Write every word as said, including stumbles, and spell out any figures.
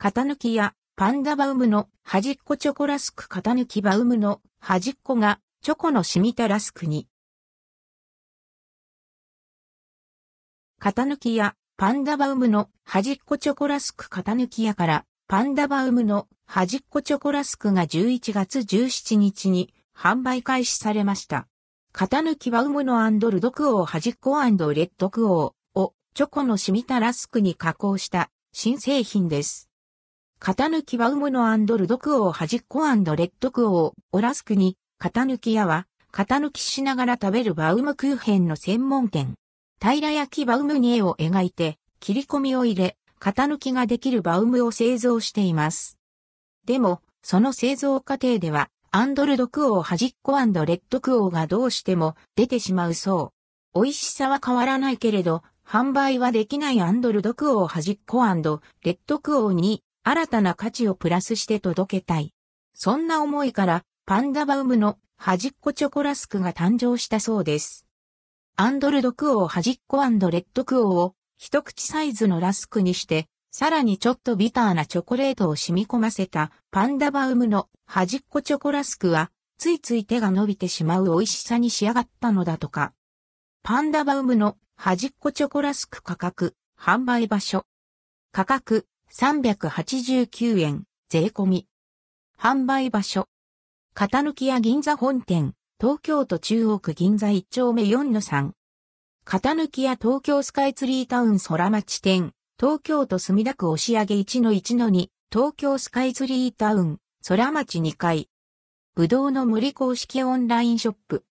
型抜きやパンダバウムの端っこチョコラスク型抜きバウムの端っこがチョコの染みたラスクに。型抜きやパンダバウムの端っこチョコラスク型抜きやからパンダバウムの端っこチョコラスクがじゅういちがつじゅうしちにちに販売開始されました。型抜きバウムのアンドルドクオー端っこ&レッドクオーをチョコの染みたラスクに加工した新製品です。型抜きバウムのアンドルドクオー端っこ&レッドクオーをラスクに型抜き屋は型抜きしながら食べるバウムクーヘンの専門店。平焼きバウムに絵を描いて切り込みを入れ型抜きができるバウムを製造しています。でも、その製造過程ではアンドルドクオー端っこ&レッドクオーがどうしても出てしまうそう。美味しさは変わらないけれど、販売はできないアンドルドクオー端っこ&レッドクオーに新たな価値をプラスして届けたい。そんな思いからパンダバウムの端っこチョコラスクが誕生したそうです。アンドルドクオー端っこ&レッドクオーを一口サイズのラスクにして、さらにちょっとビターなチョコレートを染み込ませたパンダバウムの端っこチョコラスクは、ついつい手が伸びてしまう美味しさに仕上がったのだとか。パンダバウムの端っこチョコラスク価格、販売場所。価格さんびゃくはちじゅうきゅうえん、税込み。販売場所。型抜き屋銀座本店、東京都中央区銀座いっちょうめ よんのさん。型抜き屋東京スカイツリータウン空町店、東京都墨田区押上 いちのいちのに、東京スカイツリータウン空町にかい。ぶどうの森公式オンラインショップ。